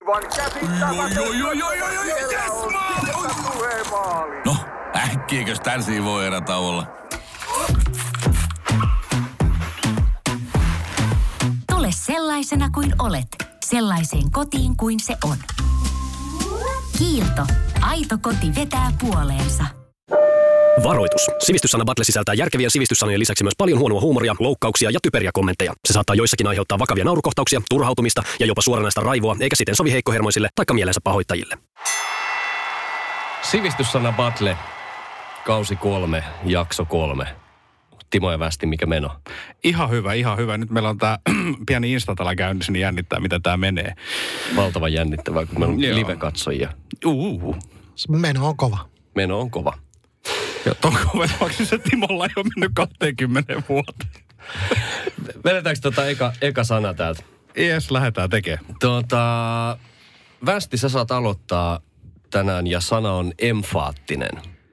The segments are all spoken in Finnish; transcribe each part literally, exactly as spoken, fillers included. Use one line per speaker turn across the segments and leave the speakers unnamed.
Aivan käsittämätöntä.
No, äkkiäkös tän voi erä olla?
Tule sellaisena kuin olet, sellaiseen kotiin kuin se on. Kiilto. Aito koti vetää puoleensa.
Varoitus. Sivistyssana Battle sisältää järkeviä sivistyssanojen lisäksi myös paljon huonoa huumoria, loukkauksia ja typeriä kommentteja. Se saattaa joissakin aiheuttaa vakavia naurukohtauksia, turhautumista ja jopa suoranaista raivoa, eikä siten sovi heikkohermoisille taikka mielensä pahoittajille.
Sivistyssana Battle, kausi kolme, jakso kolme. Timo ja Västi, mikä meno?
Ihan hyvä, ihan hyvä. Nyt meillä on tää pieni instatala käynnissä, niin jännittää, mitä tää menee.
Valtavan jännittävää, kun meillä on live-katsojia.
Uhu.
Meno on kova.
Meno on kova.
Ja ton kovemmaksi se Timolla ei ole mennyt kaksikymmentä vuoteen.
Vedetäänkö tota eka, eka sana täältä?
Jes, lähdetään tekemään.
Tota, Västi, sä saat aloittaa tänään ja sana on emfaattinen.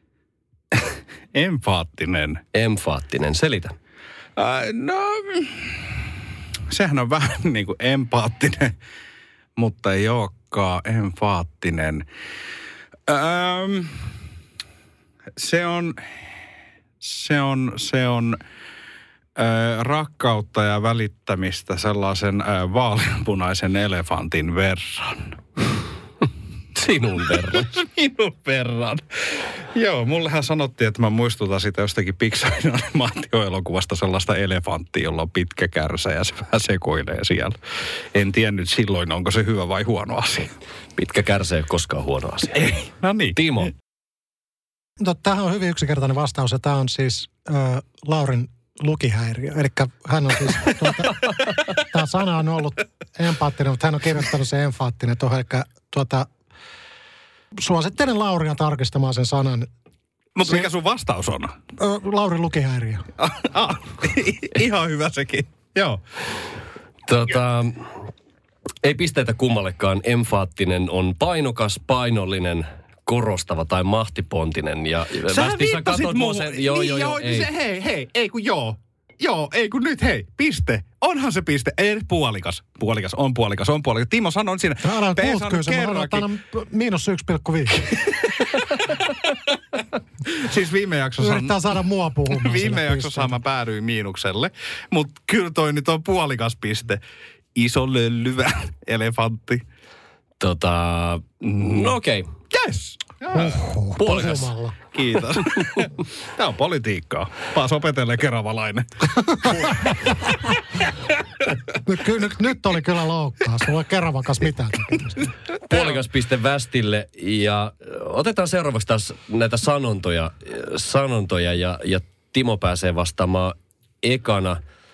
Empaattinen.
Emfaattinen, selitä.
Äh, no, sehän on vähän niin kuin empaattinen, mutta ei olekaan emfaattinen. Ähm, se on, se on, se on äh, rakkautta ja välittämistä sellaisen äh, vaaleanpunaisen elefantin verran.
Sinun verran.
Minun verran. Joo, mullehan sanottiin, että mä muistutan sitä jostakin Pixarin animaatioelokuvasta sellaista elefanttia, jolla on pitkä kärsä ja se vähän sekoilee siellä. En tiennyt silloin, onko se hyvä vai huono asia.
Pitkä kärsä ei ole koskaan huono asia.
Ei, no niin.
Timo.
No, tämähän on hyvin yksinkertainen vastaus ja tämä on siis äh, Laurin lukihäiriö. Eli hän on siis, tuota, tämä sana on ollut empaattinen, mutta hän on kirjoittanut sen emfaattinen tuohon, eli tuota, suosittelen Lauria tarkistamaan sen sanan.
Mutta mikä sun vastaus on?
Ö, Laurin lukihäiriö.
ah, ihan hyvä sekin. Joo.
Tota, ei pisteitä kummallekaan. Emfaattinen on painokas, painollinen, korostava tai mahtipontinen. Ja
Sähän viittasit muuhun.
Sen, joo,
niin,
joo, joo, ei.
Se, hei, hei, ei kun joo. Joo, ei kun nyt hei, piste. Onhan se piste. Ei puolikas. Puolikas, on puolikas, on puolikas. Timo sanoi siinä.
Älä puhut kyllä, se mä annan miinus yksi pilkku viisi.
Siis viime jaksossa...
Yrittää saada mua puhumaan.
Viime jaksossa mä päädyin miinukselle. Mutta kyllä toi nyt on puolikas piste. Iso löllyvä elefantti.
Tota, no okei. Okay.
Yes!
Oho,
puolikas.
puhumalla.
Kiitos. Tämä on politiikkaa. Paas opetelee keravalainen.
nyt, nyt, nyt oli kyllä loukkaus. Sulla ei keravakas mitään tekemistä.
Puolikas piste Västille. Ja otetaan seuraavaksi taas näitä sanontoja. sanontoja ja, ja Timo pääsee vastaamaan ekana.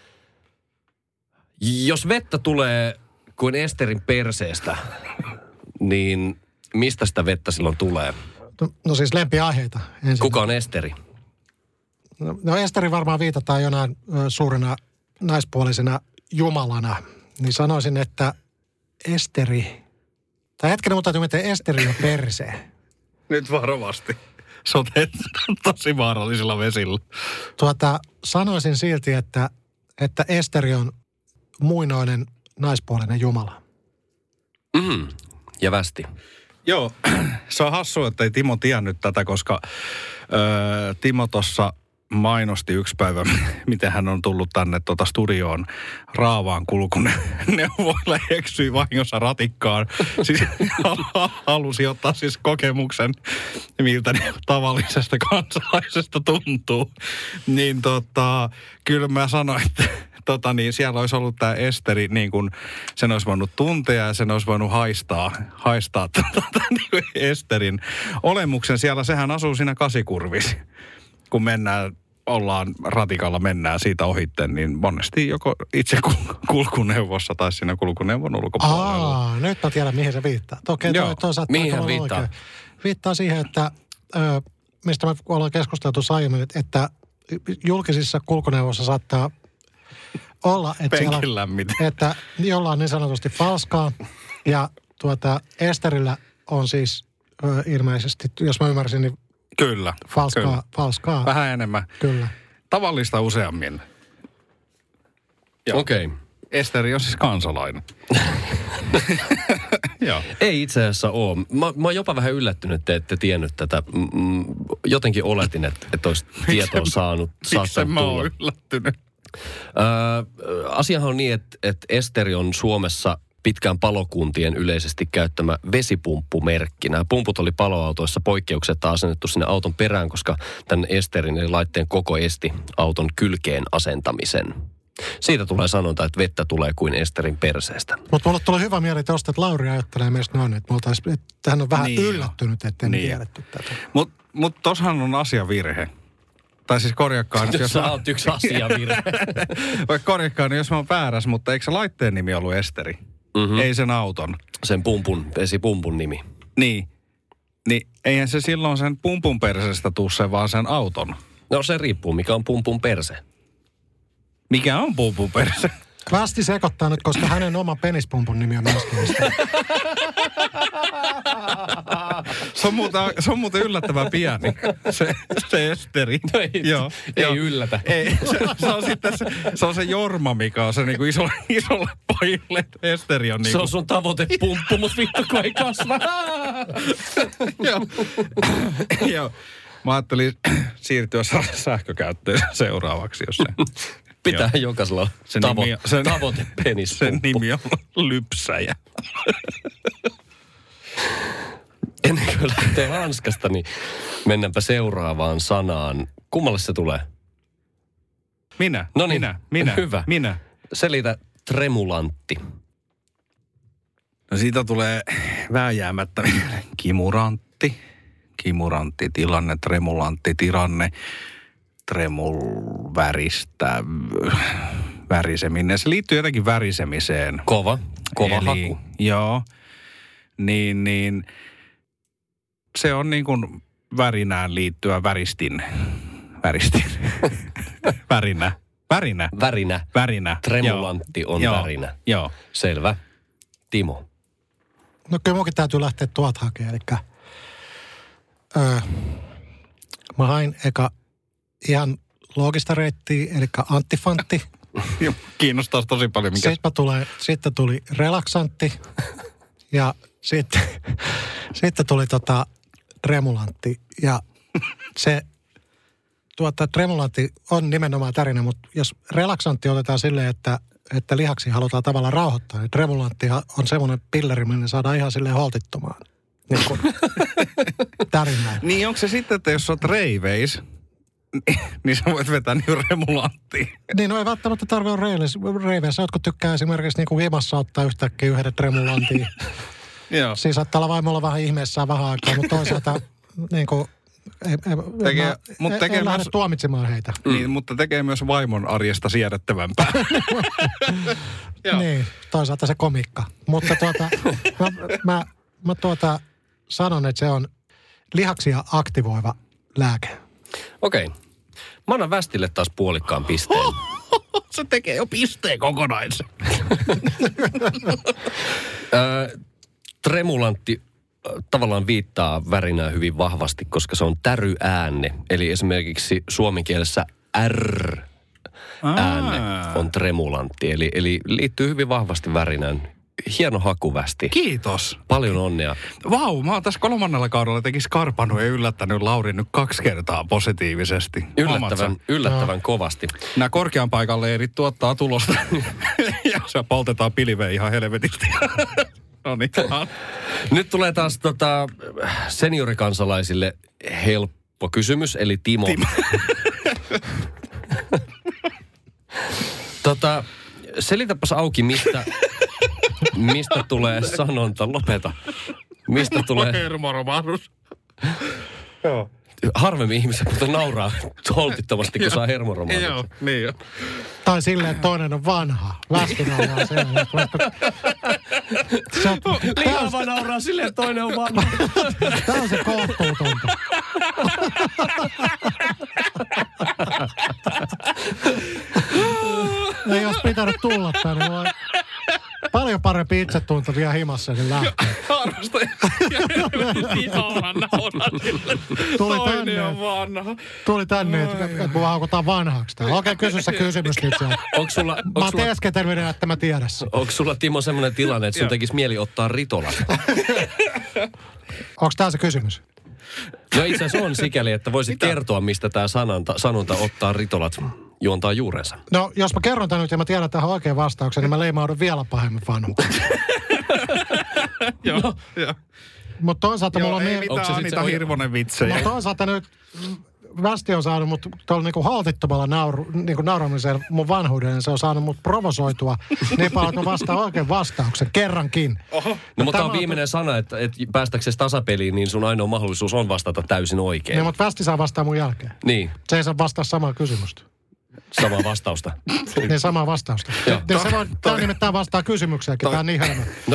Jos vettä tulee kuin Esterin perseestä, niin mistä sitä vettä silloin tulee?
No, no siis lempiaiheita. Ensin.
Kuka on Esteri?
No, no Esteri varmaan viitataan jonain ö, suurena naispuolisena jumalana. Niin sanoisin, että Esteri... Tai hetkinen, mutta täytyy miettiä, Esteri on perseen.
Nyt varovasti. Sotet tosi vaarallisilla vesillä.
Tuota, sanoisin silti, että, että Esteri on muinoinen naispuolinen jumala.
Mm, ja Västi.
Joo, se on hassua, että ei Timo tiennyt tätä, koska ö, Timo tuossa mainosti yksi päivä, miten hän on tullut tänne tuota studioon raavaan kulkuneuvoilla ja eksyi vahingossa ratikkaan. Siis halusi ottaa siis kokemuksen, miltä tavallisesta kansalaisesta tuntuu. Niin tota, kyllä mä sanoin, että tota niin, siellä olisi ollut tämä Esteri, niin kuin sen olisi voinut tuntea ja sen olisi voinut haistaa, haistaa tota, niin Esterin olemuksen. Siellä sehän asuu siinä Kasikurvissa, kun mennään, ollaan ratikalla, mennään siitä ohitteen, niin monesti joko itse kulkuneuvossa tai siinä kulkuneuvon ulkopuolella.
Aa, nyt mä tiedän, mihin se viittaa. Okei, toi, toi saattaa
mihin hän viittaa?
Oikein. Viittaa siihen, että ö, mistä me ollaan keskusteltu aiemmin, että julkisissa kulkuneuvossa saattaa olla, että, siellä, että jollain niin sanotusti falskaa. Ja tuota, Esterillä on siis ö, ilmeisesti, jos mä ymmärsin, niin
Kyllä.
Falskaa,
kyllä.
falskaa.
Vähän enemmän.
Kyllä.
Tavallista useammin.
Okei. Okay.
Esteri on siis kansalainen. Joo.
Ei itse asiassa ole. Mä, mä oon jopa vähän yllättynyt, että ette tiennyt tätä. Mm, jotenkin oletin, että, että olisi tietoa saanut.
Miksi mä oon yllättynyt?
Öö, asiahan on niin, että, että Esteri on Suomessa pitkään palokuntien yleisesti käyttämä vesipumppumerkki. Nämä pumput oli paloautoissa poikkeuksetta asennettu sinne auton perään, koska tämän Esterin eli laitteen koko esti auton kylkeen asentamisen. Siitä tulee sanonta, että vettä tulee kuin Esterin perseestä.
Mutta mulle tulee hyvä mieli tuosta, että Lauri ajattelee meistä noin, että, että hän on vähän niin yllättynyt, ettei niin. me tiedetty tätä.
Mutta mut tossahan on asiavirhe. Tai siis korjakkaan.
Jos sä oot yksi asiavirhe.
Vaikka korjakkaan, jos mä oon väärässä, mutta eikö se laitteen nimi ollut Esteri? Mm-hmm. Ei sen auton.
Sen pumpun, vesipumpun nimi.
Niin. Niin eihän se silloin sen pumpun perseestä tuu se, vaan sen auton.
No se riippuu, mikä on pumpun perse.
Mikä on pumpun perse?
Västi sekoittaa nyt, koska hänen oma penispumpun nimi on myöskin.
se, on muuten, se on muuten yllättävän pieni, se, se Esteri.
No ei,
Joo,
ei
joo.
yllätä.
Ei, se, se, on sitten se, se on se Jorma, mikä on se niinku isolle, isolle pojille, että Esteri on niinku...
Se on sun tavoitepumppu, mutta vittu kun ei kasva.
Joo. Joo. Mä ajattelin siirtyä sähkökäyttöön seuraavaksi, jos se...
Pitää
Joo.
jokaisella
sen
tavo-
nimi, sen,
tavoitepenispumppu.
Sen nimi on lypsäjä.
Ennen kuin lähtee hanskasta, niin mennäänpä seuraavaan sanaan. Kummalle se tulee?
Minä,
Noniin,
minä, minä,
hyvä.
minä.
Selitä tremulantti.
No siitä tulee vääjäämättä kimurantti, kimurantti tilanne, tremulantti tilanne, tremul väristä, väriseminen. Se liittyy jotenkin värisemiseen.
Kova, kova
Eli,
haku.
Joo, niin, niin se on niin kuin värinään liittyvä väristin, väristin, värinä, värinä.
Värinä.
Värinä.
Tremulantti
Joo.
on
Joo.
värinä.
Joo.
Selvä. Timo.
No kyllä munkin täytyy lähteä tuot hakemaan, eli öö, mä hain eka ihan loogista reittiä, eli anttifantti.
Kiinnostaa tosi paljon. Mikä...
Sitten, tulee, sitten tuli relaksantti ja sitten, sitten tuli tota tremulantti. Ja se tuota, tremulantti on nimenomaan tärinä, mutta jos relaksantti otetaan silleen, että, että lihaksi halutaan tavallaan rauhoittaa, niin tremulantti on semmoinen pilleri, millä saadaan ihan silleen holtittomaan. Niin kuin tärinään.
Niin onko se sitten, että jos sä oot reiveis, niin sä voit vetää niin remulanttiin.
Niin, no ei välttämättä tarvitse olla reiveissä. Jotkut tykkää esimerkiksi niin kuin himassa ottaa yhtäkkiä yhden tremulantiin.
Joo.
Siis saattaa olla vaimolla vähän ihmeessään vähän aikaa, mutta toisaalta niin kuin, ei, ei,
tekee,
mä,
mut
ei,
tekee
ei
myös,
lähde tuomitsemaan heitä.
Niin, mutta tekee myös vaimon arjesta siedettävämpää.
Niin, toisaalta se komikka. Mutta tuota, mä, mä, mä tuota sanon, että se on lihaksia aktivoiva lääke.
Okei. Okay. Mä annan Västille taas puolikkaan pisteen.
Se tekee jo pisteen kokonaisen.
Tremulantti tavallaan viittaa värinään hyvin vahvasti, koska se on täryääne. Eli esimerkiksi suomen kielessä R-ääne on tremulantti. Eli, eli liittyy hyvin vahvasti värinään. Hieno haku, Västi.
Kiitos.
Paljon onnea.
Vau, mä oon tässä kolmannella kaudella tekin skarpannut ja yllättänyt Laurin nyt kaksi kertaa positiivisesti.
Yllättävän, yllättävän no. kovasti.
Nämä korkean paikalle leirit tuottaa tulosta ja se poltetaan pilveen ihan helvetisti. No niin.
Nyt tulee taas tota, seniorikansalaisille helppo kysymys, eli Timo. Timo. tota, selitäpäs auki, mistä, mistä tulee sanonta. Lopeta. Mistä tulee...
Hermoromahdus. Joo.
Harvemmin ihmiset, mutta nauraa holtittomasti, kun saa hermoromahduksen.
Joo, niin jo.
Tai silleen, että toinen on vanha. Västi nauraa sen.
Lihava nauraa silleen, että toinen on vanha.
Tämä on se kohtuutonta. Ei olisi pitänyt tulla tänne. Paljon parempi itsetunto himassa, niin lähtee.
Arvosta. Ihan naura.
Tuli
Toinen
tänne.
on vanha.
Tuli tänne, että et mua haukutaan vanhaksi täällä. Okei, kysy se kysymys nyt sieltä.
Onko sulla,
Mä
onks
oon
sulla,
teeskentellyt, että mä tiedä sen.
onks sulla Timo semmoinen tilanne, että sun tekisi mieli ottaa ritolat?
Onko tää se kysymys?
No itse asiassa on sikäli, että voisit Mitä? kertoa, mistä tämä sanonta, sanonta ottaa ritolat juontaa juurensa.
No, jos mä kerron tän nyt ja mä tiedän tähän oikean vastauksen, niin mä leimaudun vielä pahemmin vanhuksi.
Joo, joo.
Mutta toisaalta
Joo,
mulla on
ei
niin...
mitään Anita Hirvonen vitsejä.
Mutta toisaalta nyt Västi on saanut mut tuolla niinku haltittomalla nauru, niinku nauramisella mun vanhuuden, ja se on saanut mut provosoitua niin paljon, että mä vastaan oikein vastauksen kerrankin.
Oho. No mutta tämä on viimeinen sana, että, että päästäksesi tasapeliin, niin sun ainoa mahdollisuus on vastata täysin oikein.
Niin, mutta Västi saa vastaa mun jälkeen.
Niin.
Se ei saa vastaa samaa kysymystä.
Samaa vastausta.
Niin, samaa vastausta.
Joo.
Niin se voi, tää nimittäin vastaa kysymyksiäkin, tää on niin hölmö.
No.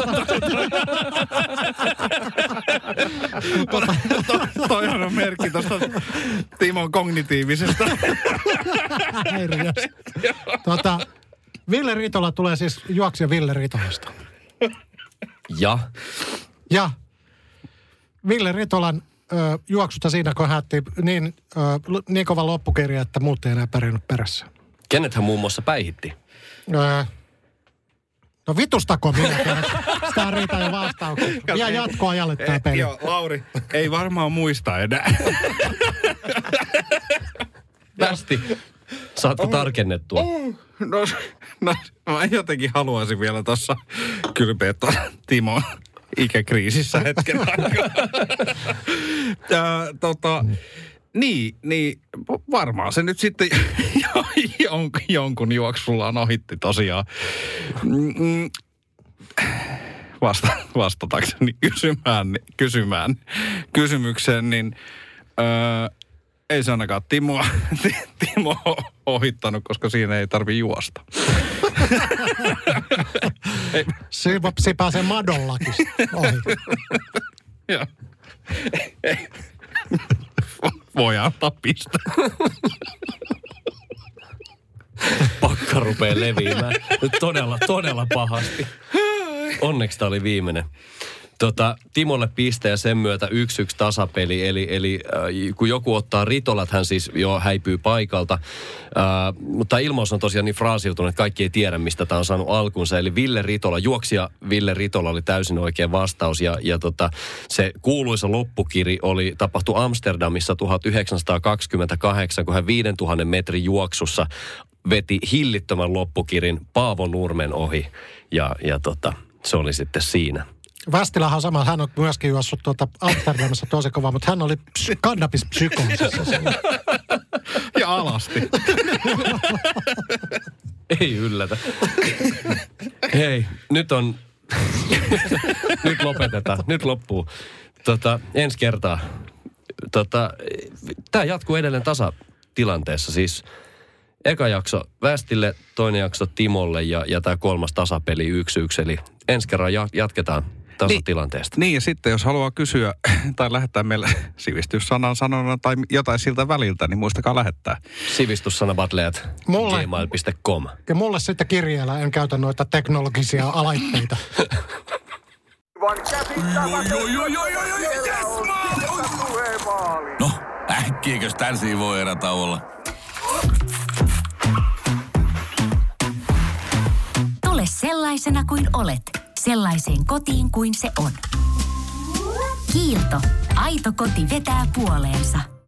Toihan on merkki tuosta Timon kognitiivisesta.
tota, Ville Ritola tulee siis juoksija Ville Ritolasta.
Ja?
Ja Ville Ritolan ö, juoksusta siinä, kun hätti niin, ö, niin kova loppukirja, että muut ei enää pärjännyt perässä.
Kenet hän muun muassa päihitti?
Öö, no vitustako minä kerran. Sitä riitä jo vastauksia. Ja jatkoajalle tää peli.
Joo, Lauri, ei varmaan muista enää.
Västi, saatko oh, tarkennettua?
Oh, no, no, mä jotenkin haluaisin vielä tuossa kylpeä tuon Timon ikäkriisissä hetken aikaa. ja, tota, niin, niin, varmaan se nyt sitten jon, jonkun juoksullaan ohitti tosiaan. Mm, Vasta, vastatakseni kysymään, kysymään kysymykseen, niin öö, ei se ainakaan Timo, Timo ohittanut, koska siinä ei tarvi juosta.
Se pääsee madollakin ohi.
Joo. Voi antaa pistä.
Pakka rupeaa leviämään. Nyt todella, todella pahasti. Onneksi tämä oli viimeinen. Tota, Timolle piste ja sen myötä yksi yksi tasapeli. Eli, eli äh, kun joku ottaa ritolat, hän siis jo häipyy paikalta. Äh, mutta ilmaus on tosiaan niin fraasiutunut, että kaikki ei tiedä, mistä tämä on saanut alkunsa. Eli Ville Ritola, juoksija Ville Ritola oli täysin oikea vastaus. Ja, ja tota, se kuuluisa loppukiri oli, tapahtui Amsterdamissa tuhatyhdeksänsataakaksikymmentäkahdeksan, kun hän viidentuhannen metrin juoksussa veti hillittömän loppukirin Paavo Nurmen ohi. Ja, ja tota, se oli sitten siinä.
Västilähän on sama, hän on myöskin juossut tuota Amsterdamissa tosi kovaa, mutta hän oli ps- kannabispsykoosissa.
Ja alasti.
Ei yllätä. Hei, nyt on... nyt lopetetaan, nyt loppuu. Tota, ensi kertaa. Tota, tämä jatkuu edelleen tasatilanteessa, siis... Eka jakso Västille, toinen jakso Timolle ja, ja tämä kolmas tasapeli yksi yksi. Eli ensi kerran ja, jatketaan tasatilanteesta.
Niin, niin ja sitten jos haluaa kysyä tai lähettää meille sivistyssanan sanona tai jotain siltä väliltä, niin muistakaa lähettää.
Sivistyssanabatleet gmail piste com.
Ja mulle sitten kirjeellä en käytä noita teknologisia alaitteita.
No, äkkiäkös tän voi erätauolla?
Tule sellaisena kuin olet, sellaiseen kotiin kuin se on. Kiilto. Aito koti vetää puoleensa.